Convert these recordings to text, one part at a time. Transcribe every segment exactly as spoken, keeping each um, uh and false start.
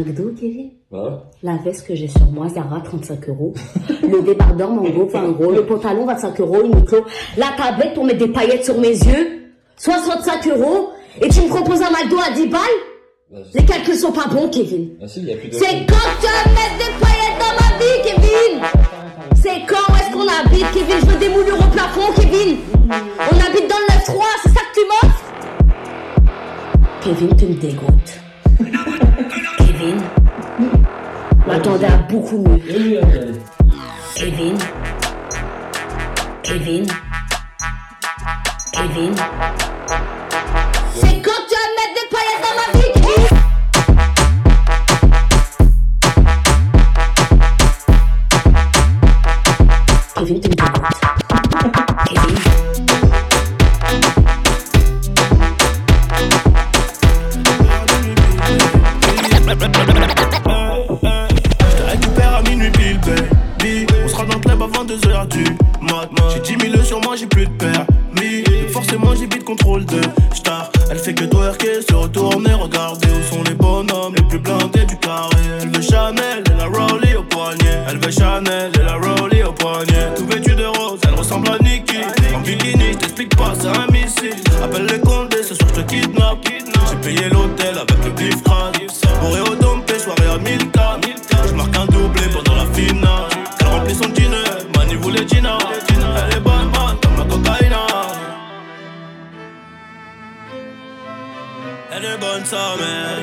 McDo, Kevin. Ouais. La veste que j'ai sur moi, Zara, trente-cinq euros. Le débardeur, Mango, vingt euros. Le pantalon, vingt-cinq euros. Uniqlo. La tablette pour mettre des paillettes sur mes yeux, soixante-cinq euros. Et tu me proposes un McDo à dix balles? Bah, les calculs sont pas bons, Kevin. Bah, si, y a plus de... C'est quand tu vas mettre des paillettes dans ma vie, Kevin? C'est quand est-ce qu'on habite, Kevin? Je veux des moulures au plafond, Kevin. On habite dans le neuf trois, c'est ça que tu m'offres? Kevin, tu me dégoûtes. Kevin, m'attendais à beaucoup mieux. Kevin, Kevin, Kevin. C'est quand tu vas mettre des paillettes dans ma vie, Kevin? Kevin, tu me dégoûtes. Kevin. vingt-deux heures du mat. J'ai dix mille sur moi, j'ai plus de permis. Donc forcément j'ai vite contrôle de star. Elle fait que twerker, se retourner, regarder où sont les bonhommes les plus blindés du carré. Elle veut Chanel et la Rollie au poignet. Elle veut Chanel et la Rollie au poignet. Tout vêtu de rose, elle ressemble à Nicki. En bikini, je t'explique pas, c'est un missile. Appelle les condés, ce soir je te kidnappe. J'ai payé l'hôtel avec le beef crade. Bourré au dompé, soirée à mille K. Je marque un doublé pendant la finale. Elle remplit son dîner, Mani voulait Gina. Elle est bonne, bonne comme la cocaïna. Elle est bonne sa mère.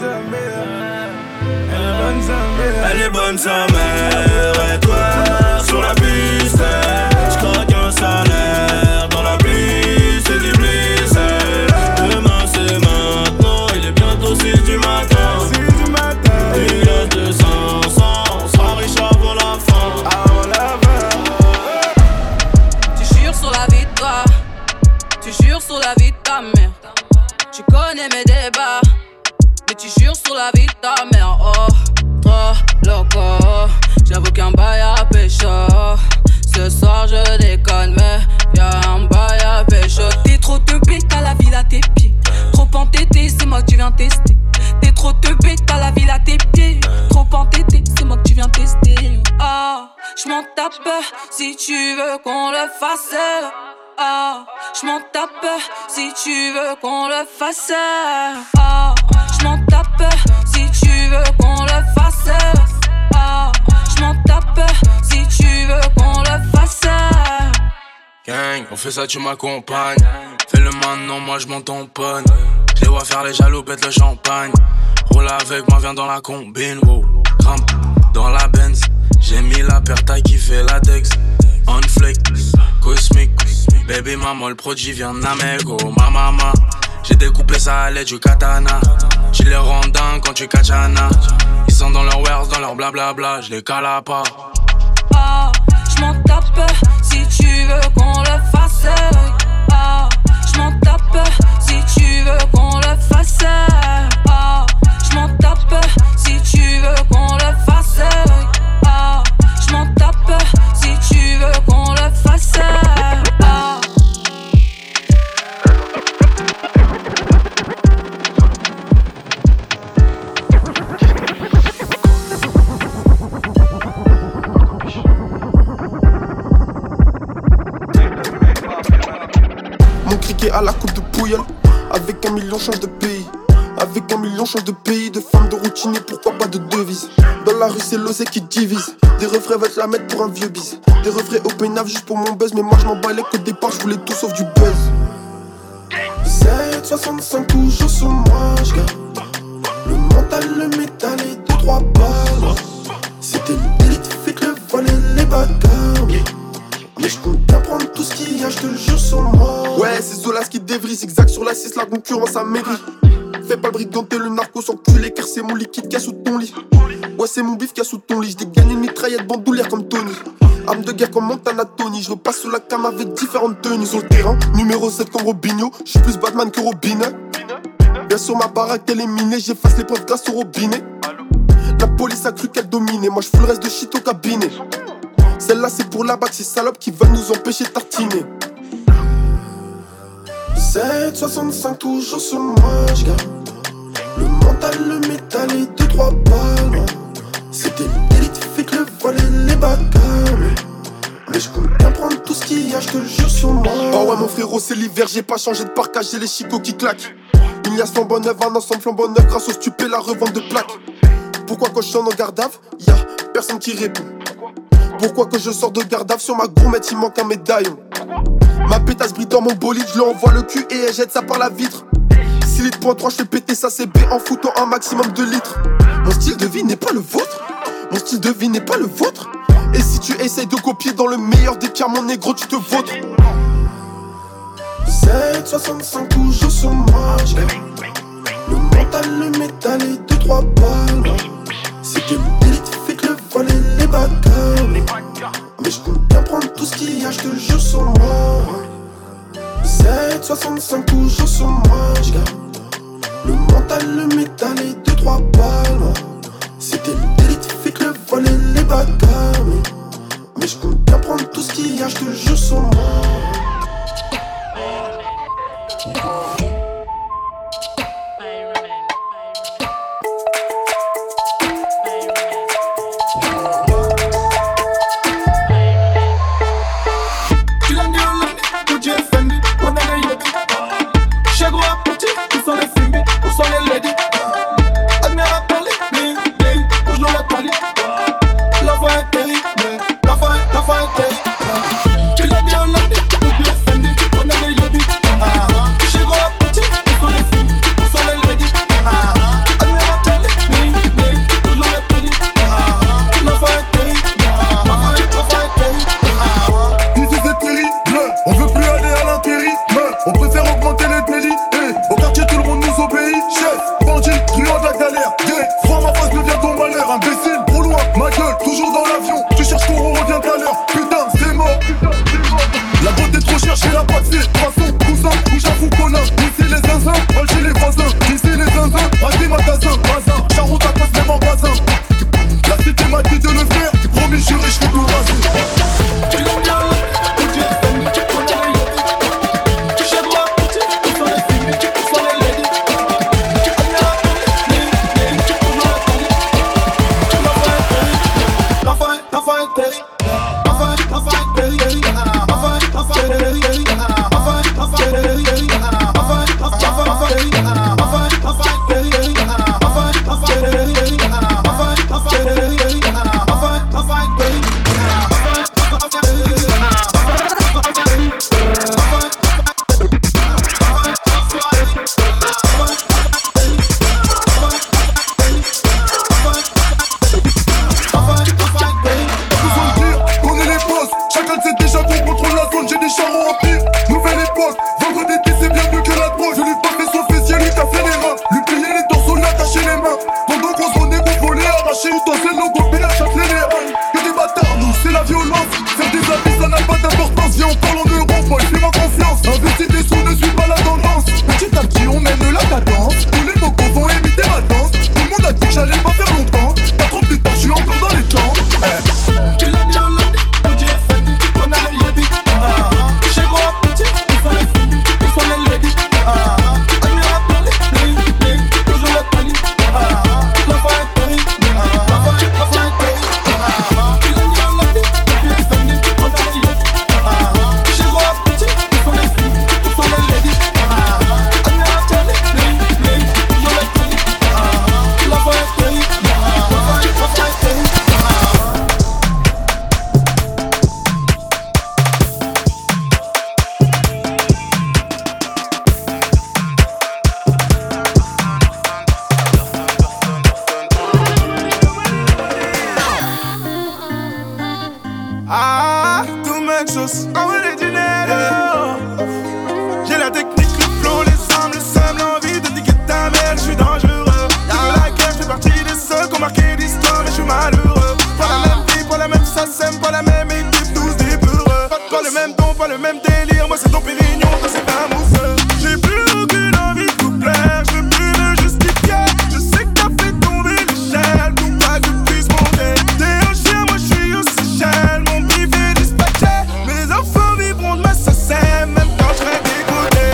Elle est bonne sa mère. Elle est bonne sa mère. Et toi, sur la piste, j'croque un salaire. Dans la pluie, c'est du bliss. Demain c'est maintenant, il est bientôt six du matin. Il reste deux cents, cent, on sera riche avant la fin. Avant la fin. Tu jures sur la vie de toi, tu jures sur la vie de ta mère. Tu connais mes débats, mais tu jures sur la vie de ta mère. Oh, trop loco, j'avoue qu'un bail à pécho. Ce soir je déconne, mais y'a un bail à pécho. T'es trop teubé, t'as la ville à tes pieds. Trop entêté, c'est moi que tu viens tester. T'es trop teubé, t'as la ville à tes pieds. Trop entêté, c'est moi que tu viens tester. Ah, oh, j'm'en tape si tu veux qu'on le fasse. Ah, oh, j'm'en tape si tu veux qu'on le fasse. Ah, oh, j'm'en tape si tu veux qu'on le fasse. Ah, oh, j'm'en tape si tu veux qu'on le fasse. Gang, on fait ça, tu m'accompagnes. Fais-le maintenant, moi je m'en tamponne. Je les vois faire les jaloux, pète le champagne. Roule avec moi, viens dans la combine. Wow, grimpe dans la Benz. J'ai mis la paire taille qui fait la Dex. On flake, cosmique. Baby maman, le produit vient d'Amego. Ma maman, j'ai découpé ça à l'aide du katana. Tu les rends dingues quand tu kachana. Ils sont dans leur wares, dans leur blablabla. Je les cale à part. Ah, j'm'en tape si tu veux qu'on le fasse. Ah, j'm'en tape si tu veux qu'on le fasse. Ah, j'm'en tape si tu veux qu'on le fasse. Ah, j'm'en tape si tu veux qu'on le fasse. Ah. Mon criquet à la coupe de Pouilleul. Avec un million change de pays. Avec un million change de pays. De femmes de routinier, pourquoi pas de devise. Dans la rue c'est l'osé qui divise. Des refrains veulent la mettre pour un vieux bise. Des refrains au peinave juste pour mon buzz. Mais moi je m'en balais qu'au départ je voulais tout sauf du buzz. sept soixante-cinq toujours sur moi j'garde. Le mental, le métal et deux trois balles. C'était l'élite fait que le vol et les bagarres. Mais je compte bien prendre tout ce qu'il y a, je te le jure sur moi. Ouais, c'est Zolas qui dévrie, exact sur la six, la concurrence a maigri. Fais pas le brigand, t'es le narco sans culé, car c'est mon liquide qui a sous ton lit. Ouais, c'est mon bif qui a sous ton lit, j'd'ai gagné une mitraillette bandoulière comme Tony. Arme de guerre comme Montana Tony, je repasse sous la cam avec différentes tenues. Sur le terrain, numéro sept comme Robinho, j'suis plus Batman que Robinet. Bien sûr ma baraque elle est minée, j'efface les preuves grâce au robinet. La police a cru qu'elle dominait, moi j'fous le reste de shit au cabinet. Celle-là c'est pour la bague, ces salopes qui veulent nous empêcher de tartiner. sept soixante-cinq toujours sur moi, j'garde. Le mental, le métal et deux trois balles. C'était l'élite, fait que le vol et les bagarres. Mais je compte bien prendre tout ce qu'il y a, je te le jure sur moi. Oh ouais mon frérot c'est l'hiver, j'ai pas changé de parcage, j'ai les chicots qui claquent. Une liasse flambant neuve, un ensemble flambant neuf grâce au stupé, la revente de plaques. Pourquoi quand je sonne en garde à vue, y'a personne qui répond. Pourquoi que je sors de garde à vue, sur ma gourmette il manque un médaillon. Ma pétasse brille dans mon bolide, je lui envoie le cul et elle jette ça par la vitre. six litres point trois, je fais péter sa C B en foutant un maximum de litres. Mon style de vie n'est pas le vôtre. Mon style de vie n'est pas le vôtre. Et si tu essayes de copier dans le meilleur des cas, mon négro, tu te vautres. sept soixante-cinq toujours sur moi, j'ai le mental, le métal et deux trois balles. C'est que l'élite fait que le vol et les bagarres. Mais je compte bien prendre tout ce qu'il y a, je te jure sur moi. sept soixante-cinq toujours sur moi, j'ai le mental, le métal et deux trois balles. C'était l'élite fait que le vol et les bagarres. Mais je compte bien prendre tout ce qu'il y a, je te jure sur moi.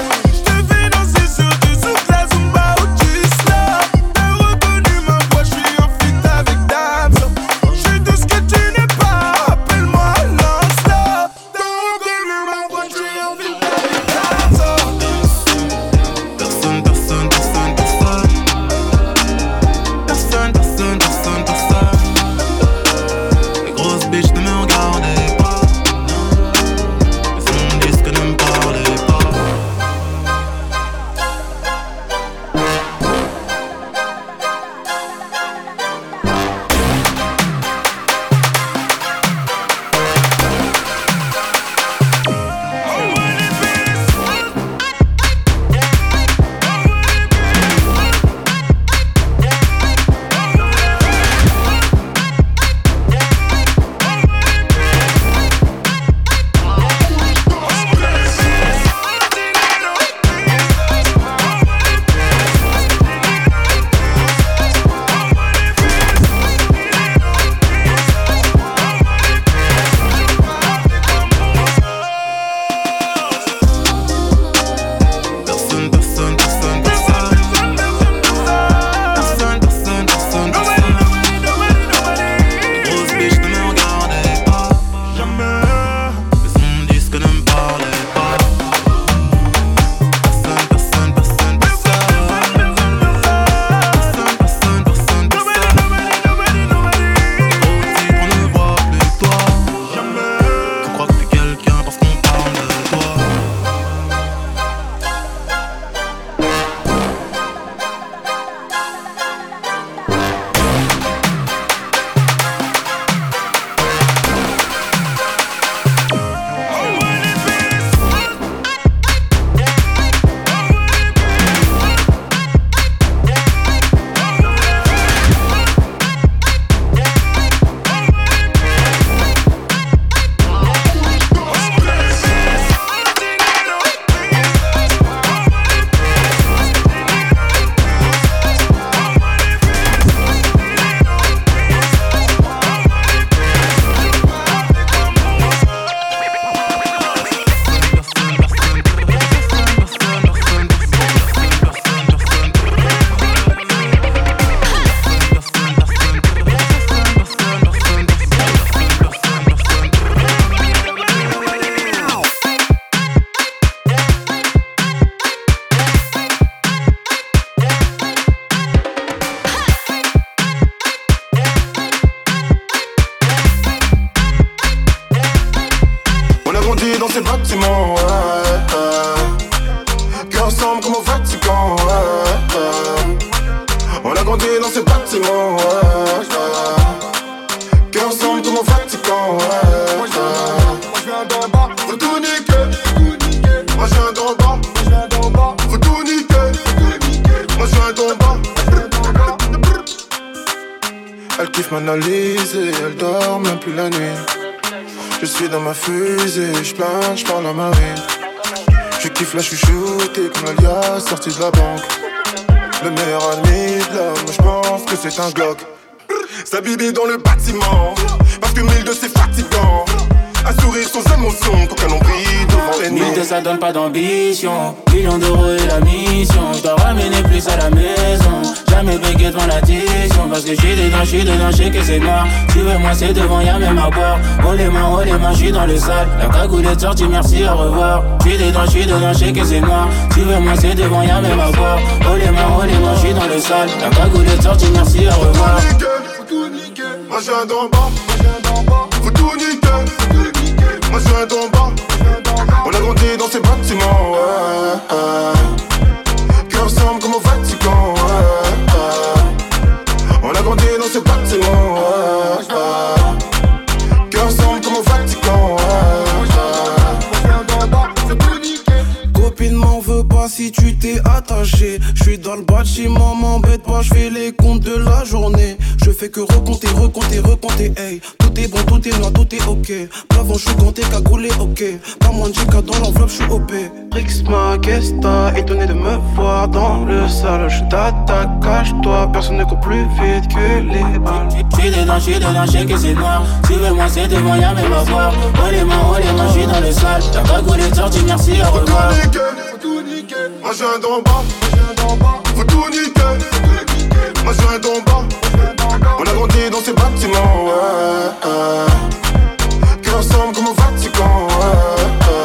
Je suis grandi dans ces bâtiments, ouais, ouais. Cœur sombre comme au Vatican, ouais, ouais. Moi je viens d'en bas, faut tout niquer. Moi je viens d'en bas, faut tout niquer. Moi je viens d'en bas. Elle kiffe m'analyser, elle dort même plus la nuit. Je suis dans ma fusée, j'plane, j'parle à ma vie. Je kiffe la chouchoutée comme l'alias sorti de la banque. Le meilleur ami de l'homme, j'pense que c'est un Glock. Sa bibi dans le bâtiment, parce que mille de c'est fatigant. Un sourire sans émotion, qu'aucun nombril devant l'ennemi. Mille de ça donne pas d'ambition, millions d'euros est la mission. J'dois ramener plus à la maison, jamais béguer devant l'addition. Parce que j'suis dedans, j'suis dedans, j'sais que c'est noir. Tu veux moi c'est devant, y'a même à boire. Oh les mains, oh les mains, j'suis dans le sale. La cagoule est sortie, merci, au revoir. J'suis dedans, j'suis dedans, j'sais que c'est noir. Tu veux moi c'est devant, y'a même à boire. Oh les mains, oh les mains, j'suis dans le sale. La cagoule est sortie, merci, au revoir. Faut tout niquer, moi je viens d'en bas. Faut tout niquer. Moi je viens d'en bas, on a grandi dans ces bâtiments, ouais, ouais. Cœur sombre comme au Vatican, ouais, ouais. On a grandi dans ces bâtiments, ouais, ouais. Cœur sombre comme au Vatican, ouais, ouais. Moi je viens d'en bas, c'est tout niquer. Copine m'en veut pas si tu t'es attaché. J'suis dans le bâtiment, m'embête pas, j'fais les comptes de la journée. Je fais que recompter, recompter, recompter, hey. Tout est bon, tout est noir, tout est ok. Plavon, j'suis ganté, cagoulé, ok. Pas moins de J K dans l'enveloppe, j'suis O P. Rixma, qu'est-ce t'as étonné de me voir dans le sale. J'suis d'attaque, cache-toi, personne ne court plus vite que les balles. J'suis dedans, j'suis dedans, j'sais que c'est noir. Tu veux moi c'est devant, y'a même à voir. Oh les mains, oh les mains, j'suis dans le sale. La cagoule est sortie, merci, au revoir. Faut tout niquer, faut tout niquer. Moi je viens d'en bas, faut tout niquer. Moi je viens d'en bas, on a grandi dans ces bâtiments, ouais, ouais. Cœur sombre comme au Vatican, ouais,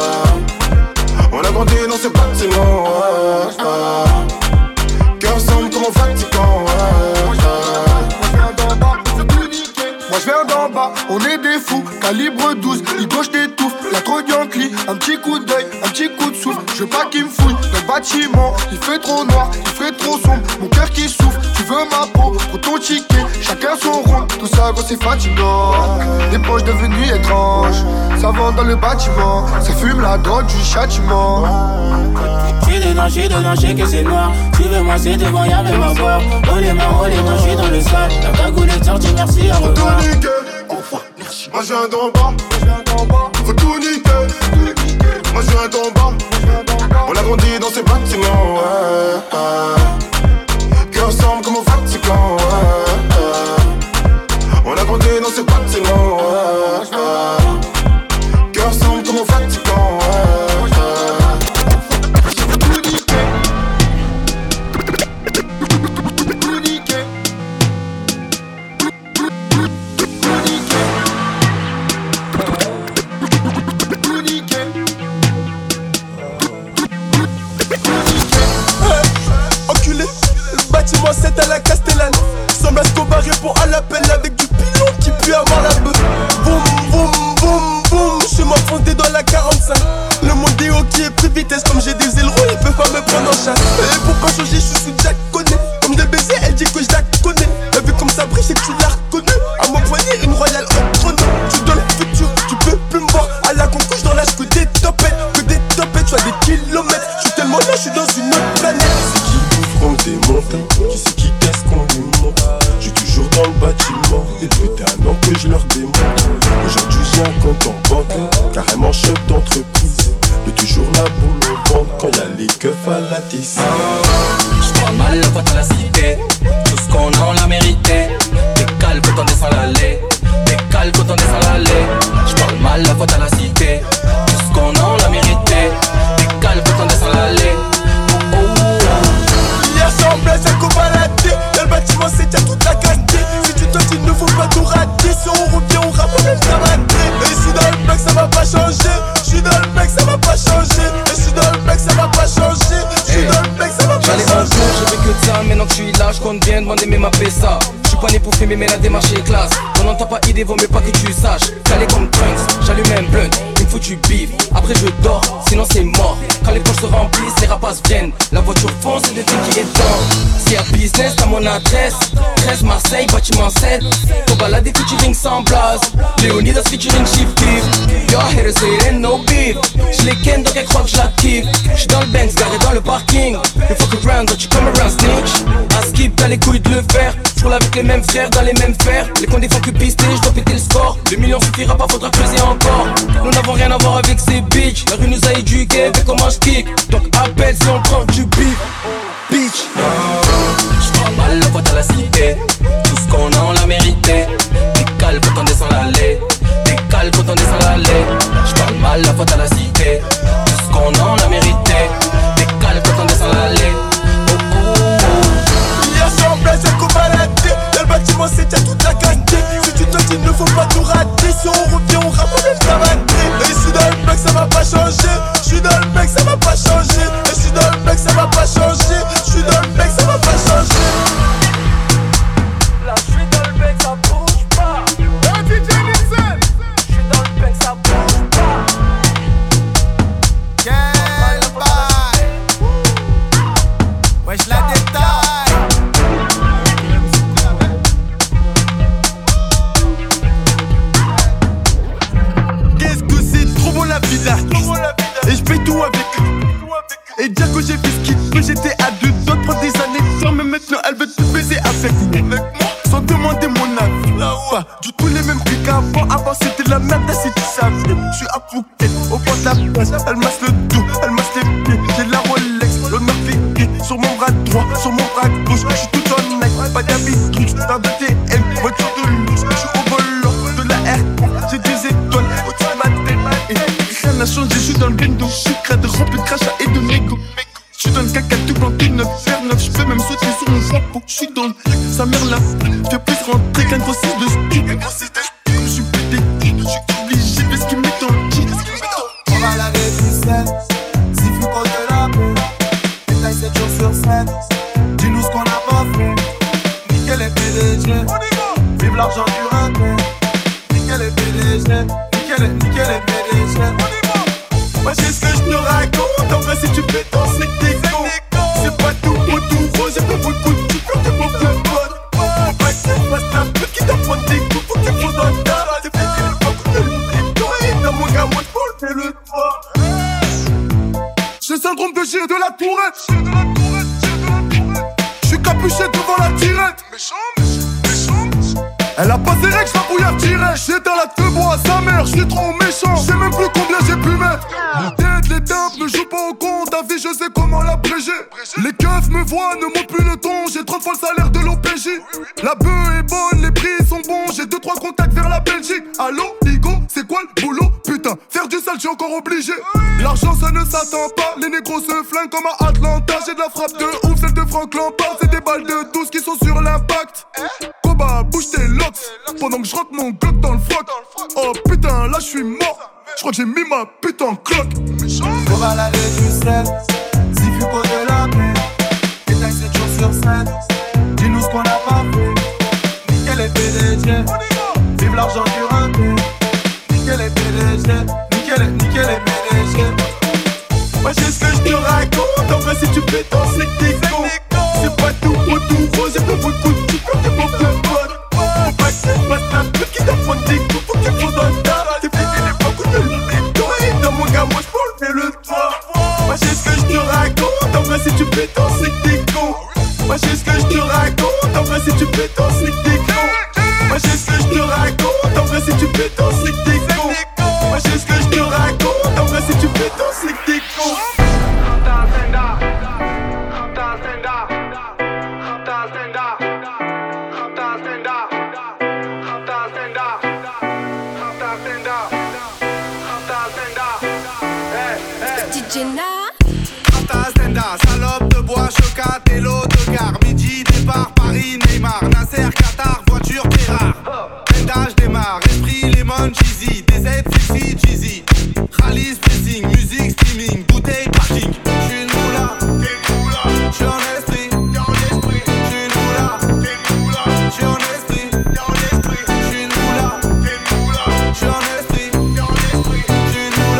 ouais. On a grandi dans ces bâtiments, ouais, ouais. Cœur sombre comme au Vatican, ouais, ouais. Moi je viens d'en bas, on est des fous. Calibre douze, il gauche t'étouffe. La trop Yankee, un petit coup d'œil, un petit coup de souffle. Je veux pas qu'il me fouille dans le bâtiment. Il fait trop noir, il fait trop sombre. Mon cœur qui souffle, tu veux ma peau, pour ton ticket. Chacun son rond, tout ça gros c'est fatigant. Des poches devenues étranges, ça vend dans le bâtiment. Ça fume la drogue du châtiment. J'suis dedans, j'suis dedans, j'sais que c'est noir. Tu veux moi c'est devant, y'a même à voir. Oh les mains, oh les mains, j'suis dans le sale. La cagoule est sortie, merci, au revoir. Moi je viens d'en bas, faut tout niquer. Moi je viens d'en bas, on a grandi dans ces bâtiments, ouais, ouais. Cœur sombre comme au Vatican, ouais, ouais. On a grandi dans ces bâtiments, ouais, ouais. Cœur sombre comme au Vatican, ouais, ouais. Faut tout niquer. Tout niquer. Moi c'est à la Castellane. Semble Escobar répond à l'appel avec du pilon qui pue à mort la beuh. Boum boum boum boum, je m'en fondé dans la quarante-cinq. Le monde est haut qui est pris vitesse. Comme j'ai des ailerons, ils peuvent pas me prendre en chasse. Et pour pas changer, je suis sous Jack Connet. Comme des baisers, elle dit que je la connais. Elle vu comme ça brille, c'est que tu l'as reconnue. À mon poignet, une royale en trône. Tu dans le futur, tu peux plus me voir. À la concours, dans l'âge que des topettes. Que des topettes, tu as des kilomètres. Je suis tellement là, je suis dans une autre planète. Des montants, qui c'est qui qu'est-ce qu'on lui montre. J'suis toujours dans le bâtiment, et depuis un an que je leur démontre. Aujourd'hui j'ai un compte en banque, carrément chef d'entreprise. Mais toujours là pour me vendre quand y'a les keufs à la tisse. J'prends mal la faute à la cité, tout ce qu'on a on l'a mérité. Décale quand on descend l'allée, décale quand on descend l'allée. J'parle mal la faute à la cité, tout ce qu'on a on l'a mérité. Décale quand on descend l'allée. Semble ça qu'on va rater. Dans le bâtiment c'est déjà toute la quantité. Si tu te dis il ne faut pas tout rater. Si on revient on rappe même ça va entrer. Et je suis dans le bloc ça va pas changer. Je suis dans le bloc ça va pas changer. Et je suis dans le bloc ça va pas changer. Je suis dans le bloc ça va pas changer. J'allais un jour, je veux que de ça. Maintenant que je suis là, je compte bien demander mais m'appeler ça. Je suis pas né pour filmer mais la démarche est classe. On n'entend pas idée, vaut mieux pas que tu saches. Calé comme Trunks, j'allume un blunt. Il me foutu bif. Après je dors, sinon c'est mort. Quand les poches se remplissent, les rapaces viennent. La voiture fonce, c'est le truc qui est dans. S'il y a business, t'as mon adresse. treize Marseille, bâtiment sept. Kobala des featuring sans blase. Léonidas featuring Shifty. Yo haters say ain't no beef. J'les ken donc elle croit que j'la kiffe. J'suis dans le Benz, garé dans le parking. You fuck around, don't you come around snitch. À skip, t'as les couilles de le faire. J'roule avec les mêmes frères, dans les mêmes fers. Les cons des font que pister, j'dois péter le score. Le million suffira pas, faudra creuser encore. Nous n'avons rien à voir avec ces bitches. La rue nous a éduqués, avec comment j'kick. Donc appelle si on prend du beef. Bitch. J'prends mal la faute à la cité. Tout ce qu'on a on l'a mérité. Décale quand on descend l'allée. Décale quand on descend l'allée. J'parle mal la faute à la cité. Tout ce qu'on a on l'a mérité. Décale quand on descend l'allée. Oh oh oh. Il y a cent places à Cobaladé. Dans le bâtiment c'est déjà toute la quantité. Si tu te dis il ne faut pas tout rater. Si on revient on rappe même ça va être. Et je suis dans le mec ça va pas changer. Je suis dans le mec ça va pas changer. Et je suis dans le mec ça va pas changer. Je suis dans le mec ça va pas changer. Là je suis dans le bec ça bouge pas. Hey D J Nixon. Je suis dans le bec ça bouge pas. Quel bail. Wesh la détaille. Qu'est-ce que c'est trop bon la vie d'artiste. Et je fais tout avec lui. Et dire que j'ai fait ce qu'il peut, j'étais à deux doigts de prendre des années de temps. Mais maintenant elle veut tout baiser avec moi. Sans demander mon avis. Pas du tout les mêmes prix qu'avant. Avant c'était de la merde, là si tu savais. Je suis à Phuket, au bord de la place. Elle masse le dos, elle masse les pieds. J'ai la Rolex, l'honneur fait sur mon bras droit, sur mon bras gauche. Je suis tout en Nike, pas d'habitude. Dans de T M, voiture de luxe. Je suis au volant de la R. J'ai des étoiles au-dessus de ma tête. Et rien n'a changé, je suis dans le bendo. Je suis crade, rempli de crachats et de mégots. J'suis dans le caca tout planté, neuf vers neuf. J'peux même sauter sur mon chapeau. J'suis dans le sa mère là. Fais plus rentrer qu'un gros six de ski. J'suis pété, j'suis obligé. Fais ce qui met en qui. On va laver du sel. Si fut qu'on te la paix. Détaille sept jours sur sept. Dis-nous ce qu'on a pas fait. Nickel les P D G. Vive l'argent du raté. Nickel les P D G. Nickel, nickel les P D G. Moi j'ai ce que je te raconte. En vrai si tu fais ton c'est que t'es con. C'est pas tout beau tout rose. J'ai pas beaucoup de tu peux te mon club mode. Faut pas que c'est pas ta pute qui doit prendre des coups. Faut qu'il faut dans le tas. C'est fait qu'il faut que tu le toi. Et dans mon gars moi je le toit. J'ai le syndrome de Gilles de la Tourette. J'suis capuché devant la tirette. Elle a pas ses règles, j'la bouillard direct. J'étais à la te bois à sa mère, j'suis trop méchant. J'sais même plus combien j'ai pu mettre. Tête, les tapes ne jouent pas au compte. Ta vie, je sais comment l'abréger. Les keufs me voient, ne montent plus le ton. J'ai trente fois le salaire de l'O P J. La bœuf est bonne, les prix sont bons. J'ai deux trois contacts vers la Belgique. Allô, Igo, c'est quoi le boulot? Putain, faire du sale, j'suis encore obligé. L'argent, ça ne s'attend pas. Les négros se flinguent comme à Atlanta. J'ai de la frappe de ouf, celle de Franck Lampard. C'est des balles de douze qui sont sur l'impact. Koba, bouge tes locks. Pendant que je rentre mon glock dans le froc. Oh putain, là je suis mort. Je crois que j'ai mis ma pute en cloque. On va laver du sel. Si fut qu'on te la paix. Détaille sept jours sur sept. Dis-nous ce qu'on a pas fait. Nickel les P D G. Vive l'argent du raté. Nickel les P D G. Nickel, nickel les P D G. Moi j'ai ce que je te raconte. En vrai si tu fais ton c'est que t'es con. C'est pas tout beau tout rose. J'ai pas beaucoup de tu peux te mon club mode. Faut pas que c'est pas ta pute qui doit prendre des coups. Faut qu'il faut dans le tas. C'est fait qu'il est pas cool de le et dans mon gars moi j'peux le toit. Moi j'ai ce que je te raconte. En vrai si tu fais ton c'est que t'es con. Moi j'ai ce que je te raconte. En vrai si tu fais ton c'est que t'es con. Moi j'ai ce que je te raconte. En vrai si tu fais ton c'est que t'es con. Moi j'ai ce que je te raconte. En vrai si tu fais ton c'est que t'es con. Salope de bois, chocat et l'autocar. Midi, départ, Paris, Neymar, Nasser, Qatar, voiture très rare. Pendage démarre, esprit, lemon, cheesy. D Z, sexy, cheesy. Rallye, spacing, musique, streaming, bouteille, parking. J'suis une moula, t'es une moula. J'suis en esprit, t'es en esprit. J'suis une moula, t'es une moula. J'suis en esprit, t'es en esprit. J'suis une moula, t'es une moula. J'suis en esprit, t'es en esprit. J'suis une moula.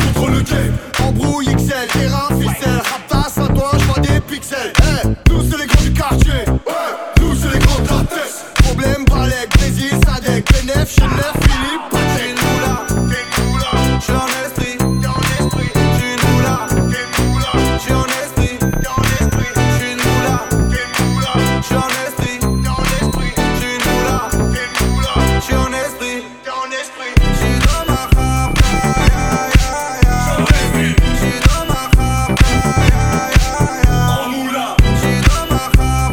contrôle le game. Embrouille X L, terrain, ficelle. Raptas à toi, j'vois des pixels. Hey, nous c'est les grands du quartier. Ouais, nous c'est les grands de la tête. Problème, Balek, Brésil, Sadek, Benef, Chenef, Philippe, Patrick. J'suis en esprit, dans l'esprit. J'suis une moula, j'suis en esprit, dans l'esprit. J'suis une moula, j'suis en esprit, dans l'esprit. J'suis une moula, j'suis en esprit, dans l'esprit. J'suis dans ma rap, j'suis dans ma rap, en moula. J'suis dans ma rap,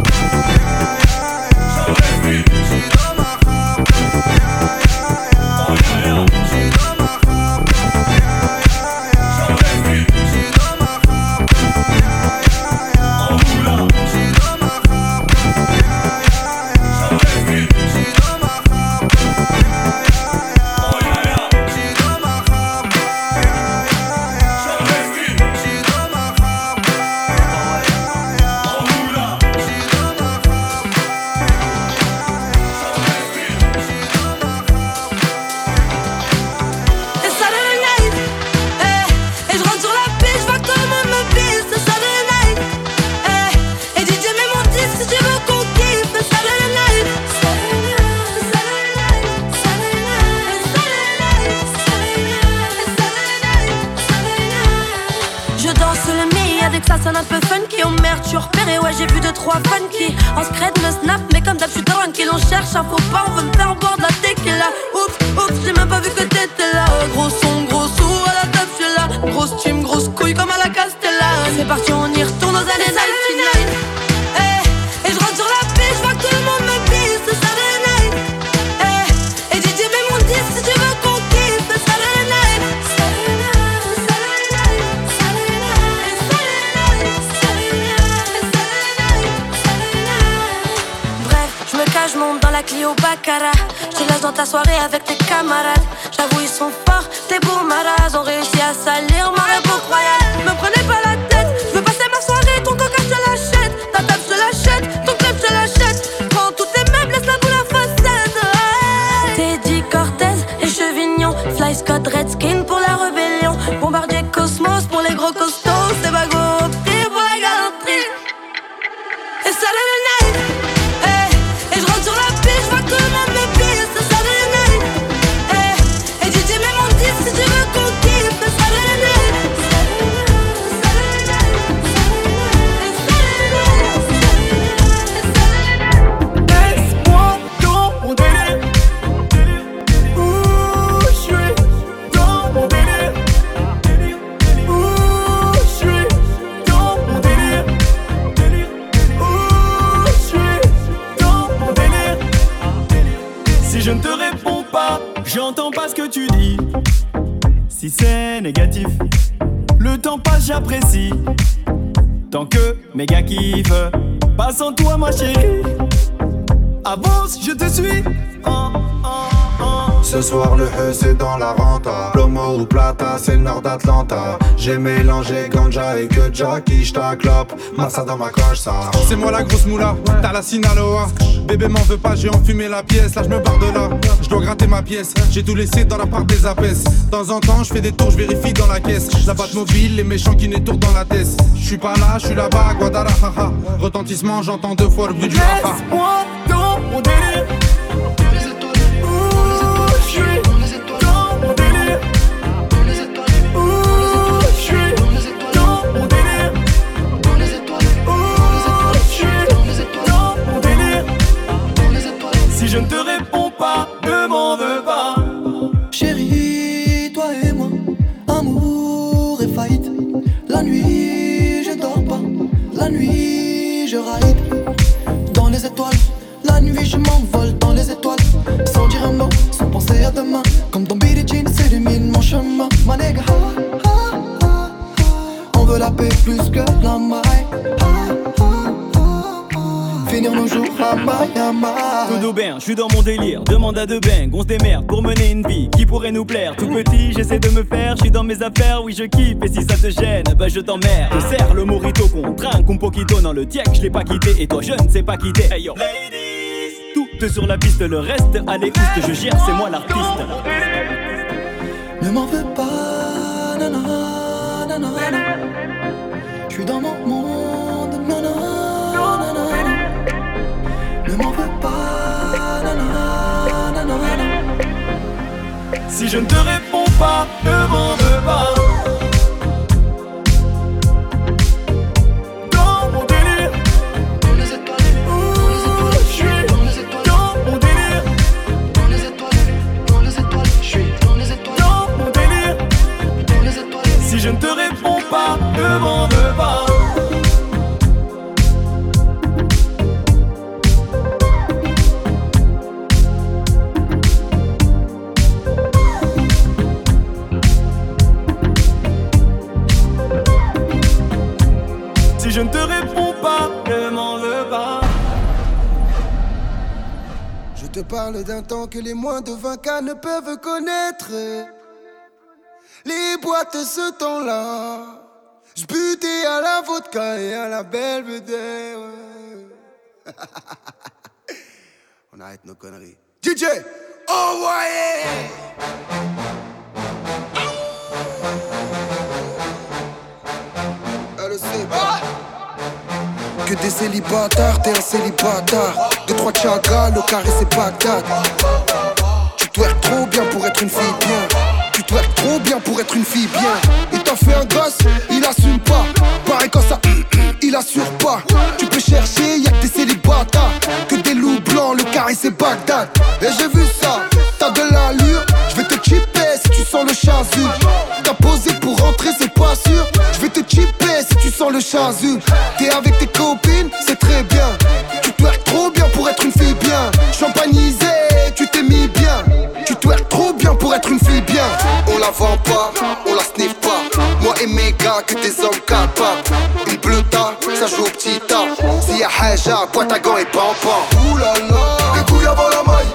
j'suis dans ma rap, j'suis dans ma ça sonne un peu funky, oh merde, je suis repéré, ouais j'ai vu deux trois funky. En scred me snap, mais comme d'hab je suis tranquille. On cherche un faux pas, on veut me faire boire de la tequila. Oups, oups, j'ai même pas vu que t'étais là. Gros son, gros sou, à la table je suis là. Grosse team, grosse couille comme à la Castella. C'est parti, on y retourne aux années quatre-vingt-dix-neuf. Eh, et je rentre sur la piste, je vois que tout le monde me pisse, c'est Saturday night. Eh, et D J mets mon disque si tu veux qu'on kiffe, c'est Saturday night. Je monte dans la Clio Baccara. Je te laisse dans ta soirée avec tes camarades. J'avoue ils sont forts, tes bourmaras ont réussi à salir ma réponse royale. Me prenez pas la tête, je veux passer ma soirée. Ton coca je te l'achète, ta table je te l'achète, ton club je te l'achète. Prends tous tes meubles, laisse la boule à facette. Ouais. Teddy Cortez et Chevignon, Fly Scott Redskin pour la rébellion. Bombardier Cosmos pour les gros costauds. C'est bago au prix pour la galanterie. Et ça le night. Et je rentre sur la piste, je vois que tout le monde me pisse, c'est Saturday night. Eh, et D J mets mon disque si tu veux qu'on kiffe, c'est Saturday night. Laisse-moi dans mon délire. Ouh, je suis dans mon délire. Ouh, je suis dans mon délire. Ouh, je suis dans mon délire. Si je ne te réponds pas, j'entends pas ce que tu dis. Si c'est négatif, le temps passe, j'apprécie. Tant que mes gars kiffent, pas sans toi ma chérie. Avance, je te suis. Oh, oh, oh. Ce soir le E c'est dans la renta. Plomo ou plata, c'est le nord d'Atlanta. J'ai mélangé ganja et que Jackie, j't'a clope. Massa dans ma coche, ça. C'est moi la grosse moula, t'as la Sinaloa. Bébé m'en veut pas, j'ai enfumé la pièce. Là je me barre de là, je dois gratter ma pièce. J'ai tout laissé dans la part des apes. De temps en temps je fais des tours, je vérifie dans la caisse. La batte mobile, les méchants qui n'étourdent dans la tête. Je suis pas là, je suis là-bas, Guadalajara. Retentissement, j'entends deux fois le bruit du rafa. Laisse-moi dans mon délire. Si je ne te réponds pas, ne m'en veux pas. Chérie, toi et moi, amour et fight. La nuit, je dors pas. La nuit, je ride. Dans les étoiles, la nuit, je m'envole dans les étoiles. Sans dire un mot, sans penser à demain. Comme dans Billie Jean, s'illumine mon chemin. Ma nigga, ha, ha, ha, ha. On veut la paix plus que la maille. Finir nos jours à Miami. Coup d'auberge, je suis dans mon délire. Demande à deux bangs, on se démerde pour mener une vie qui pourrait nous plaire. Tout petit, j'essaie de me faire, je suis dans mes affaires, oui je kiffe. Et si ça te gêne, bah je t'emmerde. Je serre le morito qu'on trinque, un poquito dans le tiek, je l'ai pas quitté. Et toi je ne sais pas quitter. Hey yo, ladies, tout sur la piste, le reste, allez oust, je gère, c'est moi l'artiste. Ne m'en veux pas, J'suis dans mon monde, nanana. Ne m'en veux pas, nanana. Si je ne te réponds pas, ne m'en veux pas. Dans mon délire, dans les étoiles, dans les étoiles, je suis dans les étoiles. Dans mon délire, dans les étoiles, dans les étoiles, je suis dans les étoiles. Dans mon délire, dans les étoiles. Si je ne te réponds pas, ne m'en veux pas. Si je ne te réponds pas, ne m'en veux pas. Je te parle d'un temps que les moins de vingt K ne peuvent connaître. Les boîtes ce temps-là, j'butais à la vodka et à la belvedere. On arrête nos conneries. D J, envoyez! Elle sait pas. Que des célibataires, t'es un célibataire. Deux, trois tchagas, le carré c'est Bagdad. Tu twerk trop bien pour être une fille bien. Tu twerk trop bien pour être une fille bien. Il t'a fait un gosse, il assume pas. Pareil quand ça, il assure pas. Tu peux chercher, y'a que des célibataires. Que des loups blancs, le carré c'est Bagdad. Et j'ai vu ça, t'as de l'allure. Je vais te chipper si tu sens le chasu. T'as posé pour rentrer, c'est pas sûr. Je vais te chipper si tu sens le chasu. T'es avec tes copines, c'est très bien. Tu twerk trop bien pour être une fille bien. Champagnisé, tu t'es mis bien. Tu twerk trop bien pour être une fille bien. On la vend pas, on la sniff pas. Moi et mes gars, que des hommes capables. Une bleuta, ça joue au petit tas. Si y'a haja, boîte à gants et pampan. Oulala, les couilles avant la maille.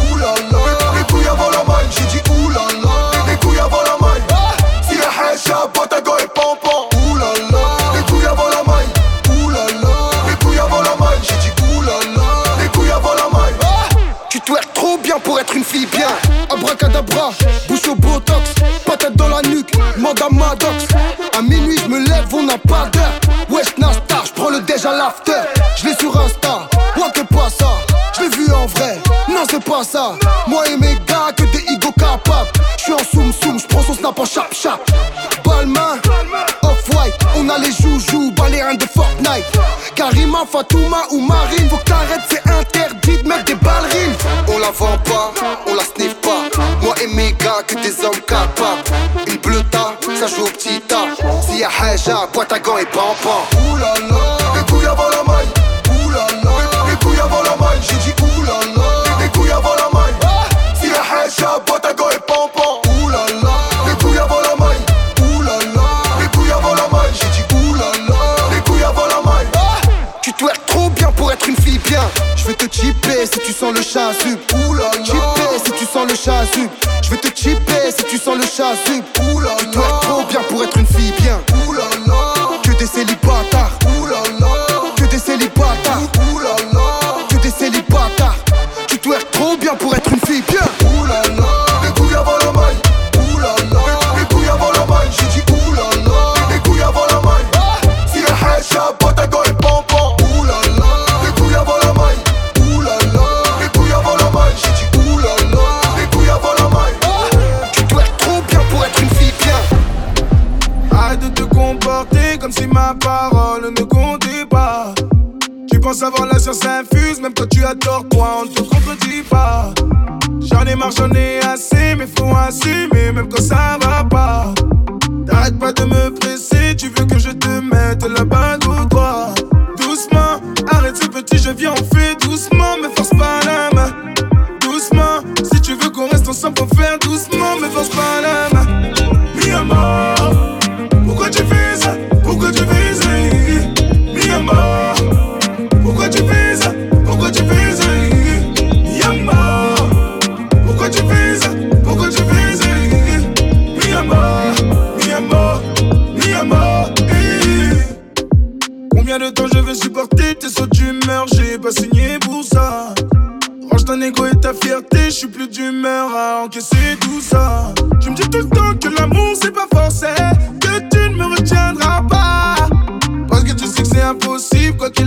Oulala, les couilles avant la maille. J'ai dit oulala, les couilles avant la maille. Si y'a haja, boîte à gants et pampan. Oulala, les couilles avant la maille. Oulala, les couilles avant la maille. J'ai dit oulala, les couilles avant la maille. Tu twerk trop bien pour être une fille bien. Abracadabra, bouche au botox, patate dans la nuque, mandat Maddox. À minuit je me lève, on n'a pas d'heure. Wesh Nastar, j'prends le déj à l'after. J'l'ai sur Insta, moi que pas ça. J'l'ai vu en vrai, non c'est pas ça. Moi et mes gars, que des ego capables. J'suis en soum soum, j'prends son snap en chap chap. Balmain, off-white, on a les joujoux, baléens de Fortnite. Karima, Fatouma ou Marine, faut que t'arrêtes, c'est interdit de mettre des ballerines. On la vend pas, on la sniff pas. Moi et mes gars, que des hommes capables. Une bleuta, ça joue au petit tas. Si y'a haja, boîte à gants et pampan. Oulala, les couilles avant la maille. Oulala, les couilles avant la maille. J'ai dit oulala, les couilles avant la maille. Si y'a haja, boîte à gants et pampan. Oulala, les couilles avant la maille. Oulala, les couilles avant la maille. J'ai dit oulala, les couilles avant la maille. Tu twerk trop bien pour être une fille bien. Je vais te chipper si tu sens le chasu. Oulala, chipper si tu sens le chasu. Je vais te chipper si tu sens le chasu. Oulala, tu twerk trop bien pour être une fille bien. Oulala, que des célibataires. Oulala, que des célibataires. Oulala, que des célibataires. Tu twerk trop bien pour être une fille bien. Oulala, les couilles avant la maille. Oulala, les couilles avant la maille. J'ai dit oulala, les couilles avant la maille. Si y'a haja, boîte à gants et pampan. Oulala, les couilles avant la maille. Oulala, les couilles avant la maille. J'ai dit oulala, les couilles avant la maille. Tu twerk trop bien pour être une fille bien. Arrête de te comporter comme si ma parole ne comptait pas. Tu penses avoir la science infuse, même quand tu adores toi, on ne te contredit pas. J'en ai marre, j'en ai assez, mais faut assumer, même quand ça va pas. T'arrêtes pas de me presser, tu veux que je te mette la balle au doigt. Doucement, arrête ce petit, je viens, on fait doucement, mais force pas la main. Doucement, si tu veux qu'on reste ensemble, faut faire doucement, mais force pas la main. Mi amor, pourquoi tu fais ça? Pourquoi tu fais ça? Mi amor, pourquoi tu fais ça? Pourquoi tu fais ça? Mi amor, pourquoi tu fais ça? Pourquoi tu fais ça? Mi amor, mi amor, mi amor. Combien de temps je vais supporter tes sauts d'humeur? J'ai pas signé pour ça. Range ton ego et ta fierté, je suis plus d'humeur à encaisser tout ça. Tu me dis tout le temps que l'amour c'est pas forcé.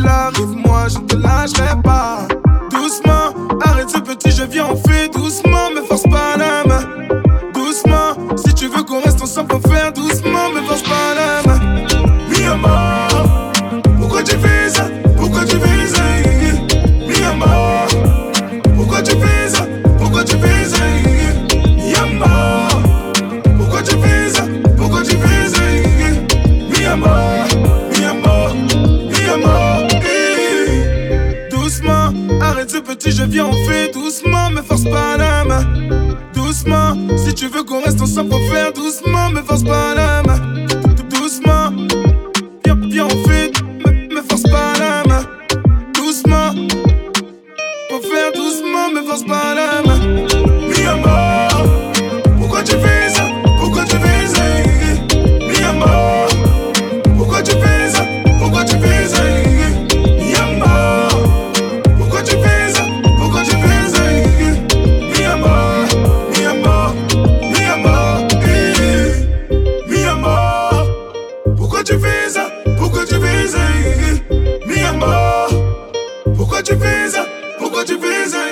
qu'il arrive, moi je ne te lâcherai pas. Doucement, arrête ce petit, je viens, on fait doucement, mais force pas la main. Doucement, si tu veux qu'on reste ensemble, faut faire doucement, mais force pas la main. Mi amor, pourquoi tu fais ça? Pourquoi tu fais ça? Mi amor, pourquoi tu fais ça? Pourquoi tu fais ça? Mi amor, pourquoi tu fais ça? Pourquoi tu fais ça? Mi amor, mi amor, mi amor. Doucement, arrête ce petit, je viens, on fait doucement, mais force pas la main. Doucement, si tu veux qu'on reste ensemble, faut faire doucement, mais force pas la main. Doucement, viens, viens, on fait, mais, mais force pas la main. Doucement, faut faire doucement, mais force pas la main. Mi amor, pourquoi tu fais ça? Pourquoi tu fais ça? Mi amor, pourquoi tu fais ça? Pourquoi tu fais ça? Mi amor, pourquoi tu fais ça? Pourquoi tu fais ça? Mi amor, mi amor, mi amor, mi amor, pourquoi tu fais ça? Pourquoi tu fais ça? Mi amor, pourquoi tu fais ça? Pourquoi tu fais ça?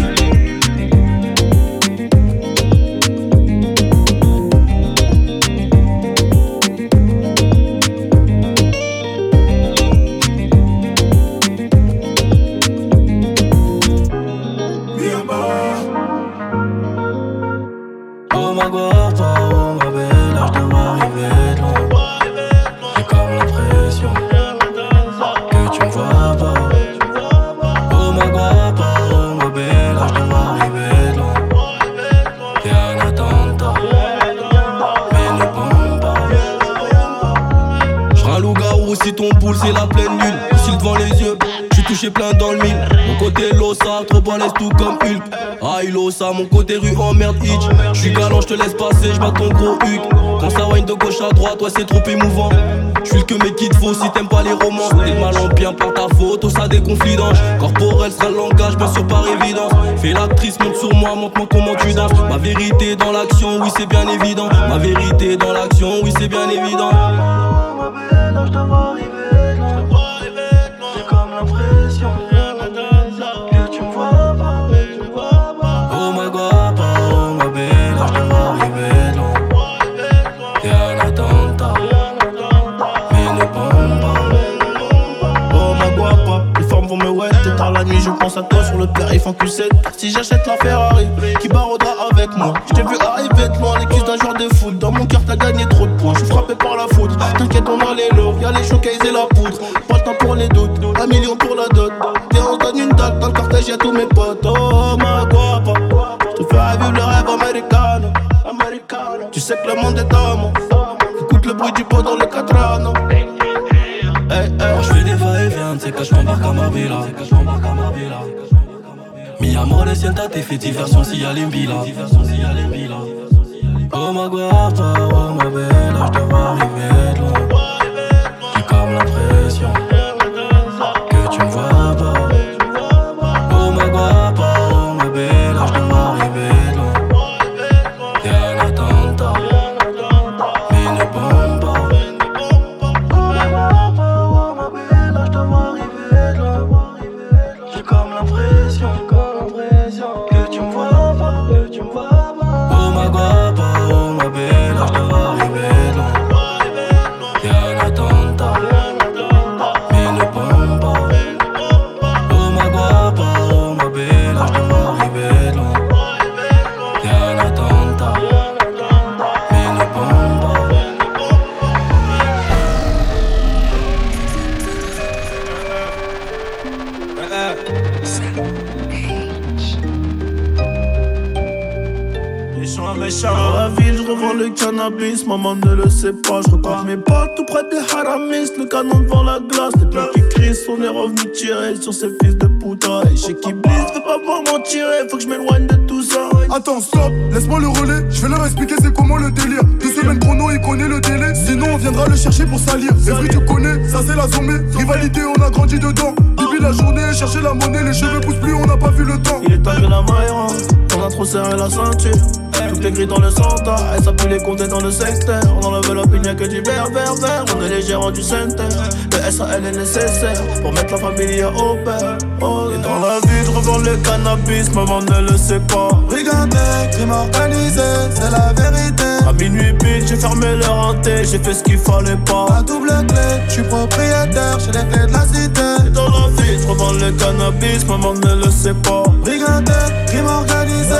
Oh ma guapa, oh ma belle, je te vois arriver de loin. J'ai comme l'impression que tu me vois pas. Oh ma guapa, oh ma belle, je te vois arriver de loin. T'es un attentat, mais ne bombe pas. J'serai un loup-garou si ton poule c'est la pleine lune. S'il devant les yeux, j'suis touché plein dans le mille. Mon côté Losa, trop balèze tout comme Hulk. Aïe Losa, mon côté rue emmerde hitch. J'suis galant, j'te laisse passer, j'bats ton gros huc. Quand ça wine de gauche à droite, ouais c'est trop émouvant. J'suis le que mec qu'il te faut si t'aimes pas les romans. T'es mal en bien par ta faute, ça des confidences. Corporel sera le langage, bien sûr par évidence. Fais l'actrice, monte sur moi, montre-moi comment tu danses. Ma vérité dans l'action, oui c'est bien évident. Ma vérité dans l'action, oui c'est bien évident. Ma belle, je te vois arriver. J'ai comme l'impression que tu me vois pas. Oh ma guapa, oh ma belle, je te vois arriver de loin. T'es un attentat, mais ne bombe pas. Oh ma guapa, les femmes vont me wet. Et tard la nuit je pense à toi sur le périph' en Q sept. Si j'achète la Ferrari, qui barodera avec moi? Je t'ai vu arriver de loin, les cuisses d'un joueur de foot. Dans mon cœur t'as gagné trop de points, je suis frappé par la faute. T'inquiète on a les lots, y'a les showcases et la poudre. Pas le temps pour les doutes, un million pour la dot. Et on se donne une date, dans le cortège y'a tous mes potes. Oh ma guapa, je te fais revivre le rêve americano. Tu sais que le monde est à moi. Écoute le bruit du pot dans le Catrano. Hey, hey. Moi je fais des va-et-vient, c'est que je m'embarque à ma villa. Mi amor es siéntate, fais diversion si y'a les mbila. Oh ma guapa, oh ma belle, je te vois arriver de loin. J'ai comme l'impression que tu me vois pas. Oh ma guapa, oh ma belle, je te vois arriver de loin. T'es un attentat, mais ne bombe pas. Oh ma guapa, oh ma belle, je te vois arriver de loin. J'ai comme l'impression que tu me vois pas, que tu me vois pas. Oh ma guapa, oh ma belle, je te vois arriver de loin. T'es un attentat, mais ne bombe pas. Oh ma guapa, oh ma belle, je te vois arriver de loin. T'es un attentat, mais ne bombe pas. Méchant, méchant. Dans la ville, je revends le cannabis. Maman ne le sait pas. Je recompte mes potes tout près des haramis. Le canon devant la glace. Les plans qui crient. On est revenu tirer sur ces fils de puta. Et chez qui blisse, veut pas voir m'en tirer. Faut que je m'éloigne de tout ça. Attends, stop, laisse-moi le relais. Je vais leur expliquer c'est comment le délire. Deux semaines chrono, il connaît le délai. Sinon, on viendra le chercher pour salir. Evry, tu connais, ça c'est la zombie. Rivalité, on a grandi dedans. Depuis la journée, chercher la monnaie. Les cheveux poussent plus, on n'a pas vu le temps. Il est temps que la maille rentre. On a trop serré la ceinture. Tout est gris dans le centre, elle s'appuie les compter dans le secteur. On enlève il n'y a que du vert, vert, vert. On est les gérants du center. Le S A L est nécessaire pour mettre la famille à au père. Oh, et dans la vie, je revends le cannabis, maman ne le sait pas. Brigandé, crime organisé, c'est la vérité. À minuit pile, j'ai fermé leur hanté, j'ai fait ce qu'il fallait pas. À double clé, je suis propriétaire, j'ai les clés de la cité. Et dans la vie, je revends le cannabis, maman ne le sait pas. Brigandé, crime organisé.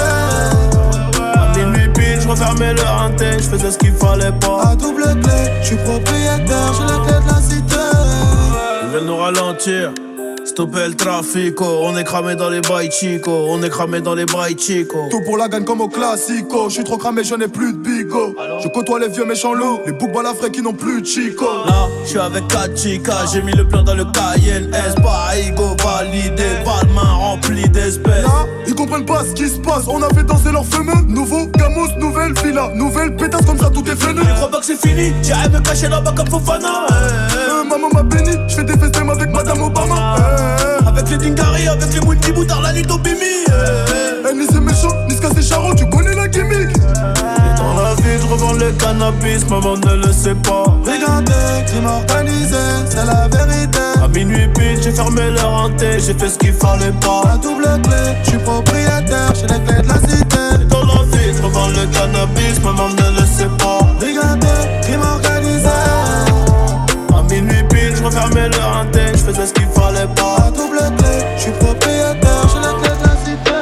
À minuit pile, je refermais leur hanté, je faisais ce qu'il fallait pas. À double clé, je suis propriétaire, j'ai les clés de la cité. Ils veulent nous ralentir, stopper le trafic, oh. On est cramé dans les bails chico, on est cramé dans les bails chico. Tout pour la gagne comme au classico. Je suis trop cramé, je n'ai plus de bigo. Je côtoie les vieux méchants loups, les boucs balafrés qui n'ont plus de chico. Là, je suis avec quatre chicas, j'ai mis le plan dans le Cayenne S. Pas ego validé, pas de main remplie d'espèces. Là, ils comprennent pas ce qui se passe, on a fait danser leurs fameux. Nouveau Gamos, nouvelle villa, nouvelle pétasse, comme ça tout est fini. Je crois pas que c'est fini, j'irai me cacher là-bas comme Fofana. euh, Maman m'a béni, je fais des festins avec Madame Obama. euh, Avec les Dingari, avec les Mouti Boutard, la Lito Bimi. euh, Ni c'est méchant, ni c'est charron, tu connais la gimmick. Et dans la vie, je revends le cannabis, maman ne le sait pas. Brigandé, crime organisé, c'est la vérité. À minuit pile, j'ai fermé leur hanté, j'ai fait ce qu'il fallait pas. À double clé, je suis propriétaire, j'ai les clés de la cité. Et dans la vie, je revends le cannabis, maman ne le sait pas. Brigandé, crime organisé. À minuit pile, je refermais leur hanté, je faisais ce qu'il fallait pas. À double clé, je suis propriétaire, j'ai les clés de la cité.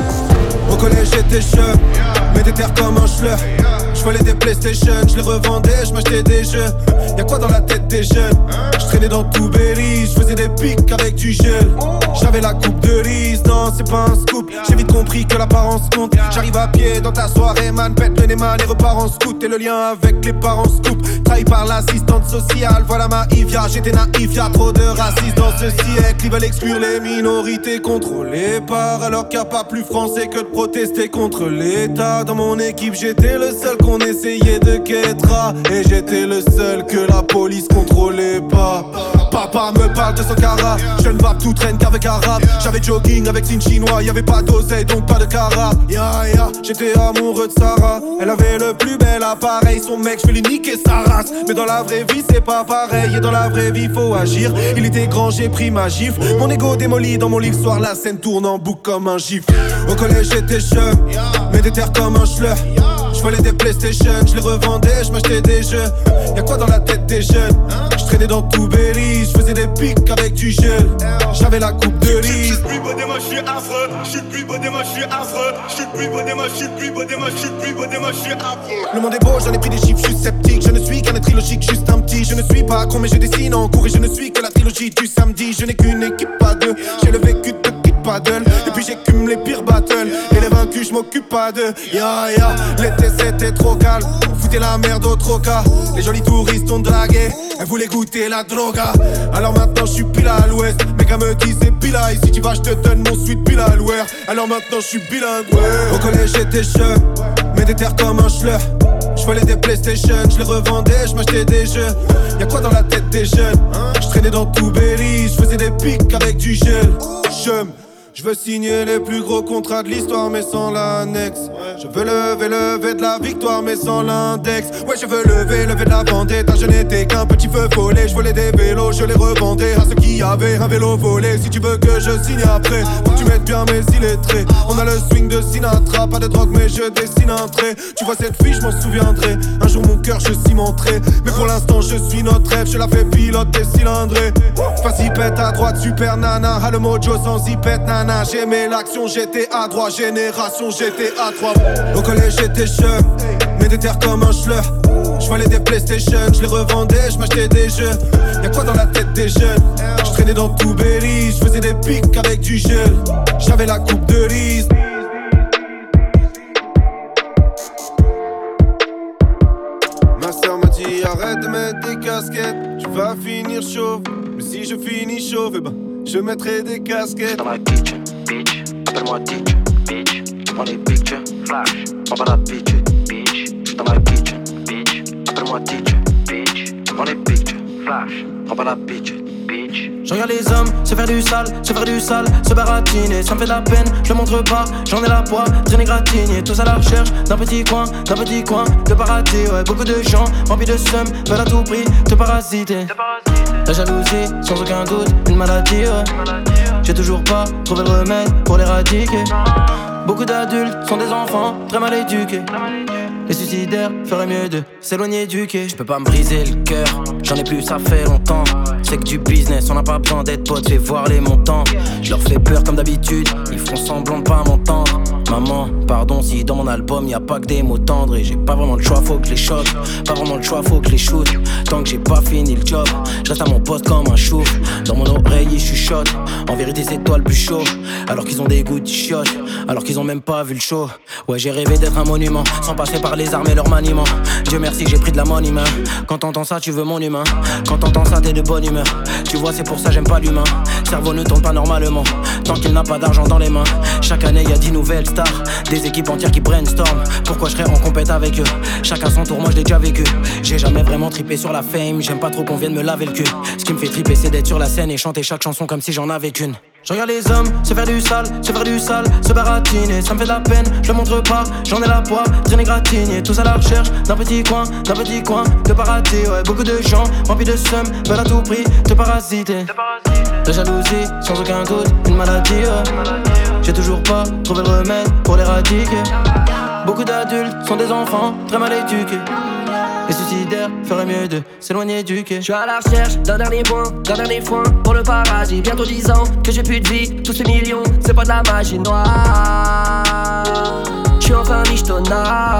Au collège j'étais jeune, mais des terres comme un schleur. J'volais des PlayStation, je les revendais, je m'achetais des jeux. Y'a quoi dans la tête des jeunes? Je traînais dans tout Berry, je faisais des pics avec du gel. J'avais la coupe de riz, non c'est pas un scoop. J'ai vite compris que l'apparence compte. J'arrive à pied dans ta soirée, man, pète le nez, man, et repars en scout. Et le lien avec les parents scoop. Trahi par l'assistante sociale, voilà ma Ivia. J'étais naïf, y'a trop de racistes dans ce siècle. Ils veulent exclure les minorités contrôlées par. Alors qu'il n'y a pas plus français que de protester contre l'État. Dans mon équipe j'étais le seul qu'on essayait de quêtra. Et j'étais le seul que la police contrôlait pas. Papa me parle de son cara. Jeune vape tout traîne qu'avec arabe. J'avais jogging avec signe chinois. Y'avait pas d'oseille donc pas de cara. Ya ya, j'étais amoureux de Sarah. Elle avait le plus bel appareil. Son mec je vais lui niquer sa race. Mais dans la vraie vie c'est pas pareil. Et dans la vraie vie faut agir. Il était grand j'ai pris ma gifle. Mon ego démoli dans mon lit le soir. La scène tourne en boucle comme un gif. Au collège j'étais jeune, mais des terres comme un schleur. J'volais des PlayStation, je les revendais, je m'achetais des jeux. Y'a quoi dans la tête des jeunes? Je traînais dans tout Berry, je faisais des pics avec du gel. J'avais la coupe de riz. J'suis plus beau des moi j'suis affreux. J'suis plus beau des moi j'suis affreux. J'suis plus beau des moi j'suis plus beau des moi j'suis plus beau des moi j'suis affreux. Le monde est beau, j'en ai pris des chiffres, j'suis sceptique. Je ne suis qu'un être illogique, juste un petit. Je ne suis pas con mais je dessine en cours. Et je ne suis que la trilogie du samedi. Je n'ai qu'une équipe, pas deux. J'ai le vécu de kit paddle. Et puis j'écume les pires battles. Et les vaincus, j'm'occupe pas d'eux. Ya ya, l'été c'était trop calme. On foutait la merde au troca. Les jolis touristes ont dragué. Elles voulaient goûter la droga. Alors maintenant j'suis pile à l'ouest. Mes gars me disent c'est pile à ici tu vas, j'te donne mon suite pile à l'ouest. Alors maintenant j'suis bilingue. Ouais. Au collège j'étais jeune, mais des terres comme un schleur. J'volais des PlayStation, je les revendais, je m'achetais des jeux. Y'a quoi dans la tête des jeunes? Je traînais dans tout Berry, je faisais des pics avec du gel. J'aime. Je veux signer les plus gros contrats de l'histoire mais sans l'annexe. Je veux lever, lever de la victoire mais sans l'index. Ouais je veux lever, lever de la vendetta. Je n'étais qu'un petit feu volé. Je volais des vélos, je les revendais à ceux qui avaient un vélo volé. Si tu veux que je signe après, faut que tu mettes bien mes illettrés. On a le swing de Sinatra, pas de drogue mais je dessine un trait. Tu vois cette fille, je m'en souviendrai. Un jour mon cœur je cimenterai. Mais pour l'instant je suis notre rêve, je la fais piloter cylindrée. Vas-y pète à droite, super nana. A le mojo sans y pète nana. J'aimais l'action, j'étais à droite, génération, j'étais à trois. Au collège j'étais jeune, mais des terres comme un schleur. J'volais des PlayStation, je les revendais, je m'achetais des jeux. Y'a quoi dans la tête des jeunes? Je traînais dans tout Berry, je faisais des pics avec du gel. J'avais la coupe de riz. Ma soeur m'a dit arrête de mettre des casquettes, tu vas finir chauve. Mais si je finis chauve, eh ben je mettrai des casquettes. Dans ma kitchen, bitch, appelle-moi teacher, bitch. On est picture, flash, on va la bitch, bitch. Dans ma kitchen, bitch, appelle-moi teacher, bitch. On est picture, flash, on va la bitch, bitch. bitch. Je regarde les hommes se faire du sale, se faire du sale, se baratiner. Ça me fait de la peine, je le montre pas. J'en ai la poids, traîner gratigné. Tous à la recherche d'un petit coin, d'un petit coin de paradis. Ouais, beaucoup de gens remplis de seum veulent à tout prix te parasiter. La jalousie, sans aucun doute, une maladie. Ouais. J'ai toujours pas trouvé le remède pour l'éradiquer. Beaucoup d'adultes sont des enfants très mal éduqués. Les suicidaires feraient mieux de s'éloigner du quai. Je peux pas me briser le cœur, j'en ai plus, ça fait longtemps. C'est que du business, on n'a pas besoin d'être potes, fais voir les montants. Je leur fais peur comme d'habitude, ils font semblant de pas m'entendre. Maman, pardon si dans mon album y a pas que des mots tendres. Et j'ai pas vraiment le choix, faut que je les choque. Pas vraiment le choix, faut que je les shoot. Tant que j'ai pas fini le job, je reste à mon poste comme un chou. Dans mon oreille ils chuchotent, en vérité c'est toi le plus chaud. Alors qu'ils ont des goûts de chiottes, alors qu'ils ont même pas vu le show. Ouais, j'ai rêvé d'être un monument, sans passer par les armes et leur maniement. Dieu merci j'ai pris de la money main. Quand t'entends ça tu veux mon humain. Quand t'entends ça t'es de bonne humeur. Tu vois c'est pour ça j'aime pas l'humain. Cerveau ne tourne pas normalement tant qu'il n'a pas d'argent dans les mains. Chaque année y a dix nouvelles stars, des équipes entières qui brainstorm. Pourquoi je serais en compète avec eux? Chacun son tour, moi je l'ai déjà vécu. J'ai jamais vraiment trippé sur la fame. J'aime pas trop qu'on vienne me laver le cul. Ce qui me fait tripper c'est d'être sur la scène et chanter chaque chanson comme si j'en avais qu'une. Je regarde les hommes se faire du sale, se faire du sale, se baratiner. Ça me fait de la peine, je le montre pas. J'en ai la poids, traîner gratigné. Tous à la recherche d'un petit coin, d'un petit coin de paradis. Ouais, beaucoup de gens remplis de seum veulent à tout prix te parasiter. La jalousie, sans aucun doute, une maladie. Ouais. J'ai toujours pas trouvé le remède pour l'éradiquer. Beaucoup d'adultes sont des enfants très mal éduqués. Les suicidaires feraient mieux de s'éloigner du quai. Je suis à la recherche d'un dernier point, d'un dernier foin pour le paradis. Bientôt dix ans que j'ai plus de vie. Tous ces millions, c'est pas de la magie noire. Je suis enfin michetonnable.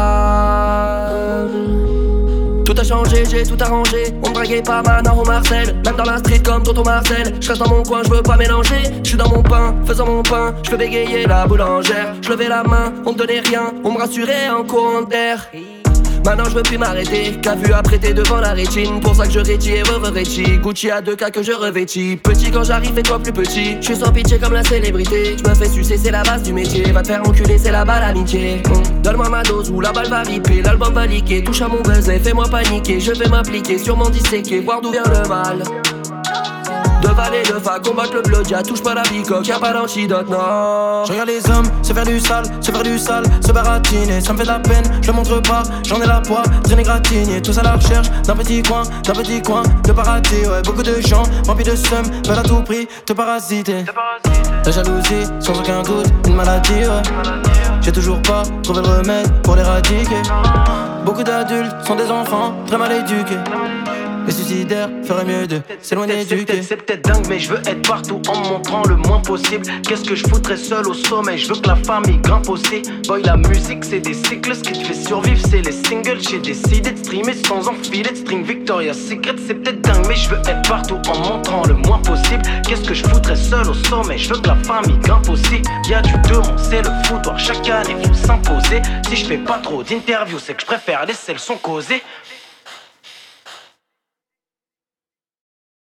Tout a changé, j'ai tout arrangé. On me draguait pas maintenant au Marcel. Même dans la street comme Tonton Marcel. Je reste dans mon coin, je veux pas mélanger. Je suis dans mon pain, faisant mon pain. Je peux bégayer la boulangère. Je levais la main, on me donnait rien. On me rassurait en courant d'air. Maintenant je veux plus m'arrêter, qu'a vu apprêter devant la rétine. Pour ça que je rétis et re-rétis. Gucci à deux cas que je revêtis. Petit quand j'arrive et toi plus petit. Je suis sans pitié comme la célébrité. Je me fais sucer, c'est la base du métier. Va te faire enculer, c'est là-bas l'amitié. mmh. Donne-moi ma dose ou la balle va riper. L'album va liquer, touche à mon buzzer, fais-moi paniquer. Je vais m'appliquer, sûrement disséquer, voir d'où vient le mal. De valet de fa, combattre le blood, y'a touche pas la bicoque, y'a pas d'antidote, non. Je regarde les hommes se faire du sale, se faire du sale, se baratiner. Ça me fait de la peine, je le montre pas, j'en ai la poids, traîner gratigné. Tous à la recherche d'un petit coin, d'un petit coin de paradis. Ouais, beaucoup de gens remplis de seum veulent à tout prix te parasiter. La jalousie, sans aucun doute, une maladie. Ouais. J'ai toujours pas trouvé le remède pour l'éradiquer. Beaucoup d'adultes sont des enfants très mal éduqués. Les suicidaires feraient mieux de s'éloigner du quai. C'est peut-être dingue mais je veux être partout en me montrant le moins possible. Qu'est-ce que je foutrais seul au sommet? Je veux que la famille grimpe aussi. Boy la musique c'est des cycles. Ce qui te fait survivre c'est les singles. J'ai décidé de streamer sans enfiler de string. Victoria's Secret c'est peut-être dingue mais je veux être partout en me montrant le moins possible. Qu'est-ce que je foutrais seul au sommet? Je veux que la famille grimpe aussi. Y'a du demande, c'est le foutoir. Chaque année faut s'imposer. Si je fais pas trop d'interviews c'est que je préfère laisser le son causer.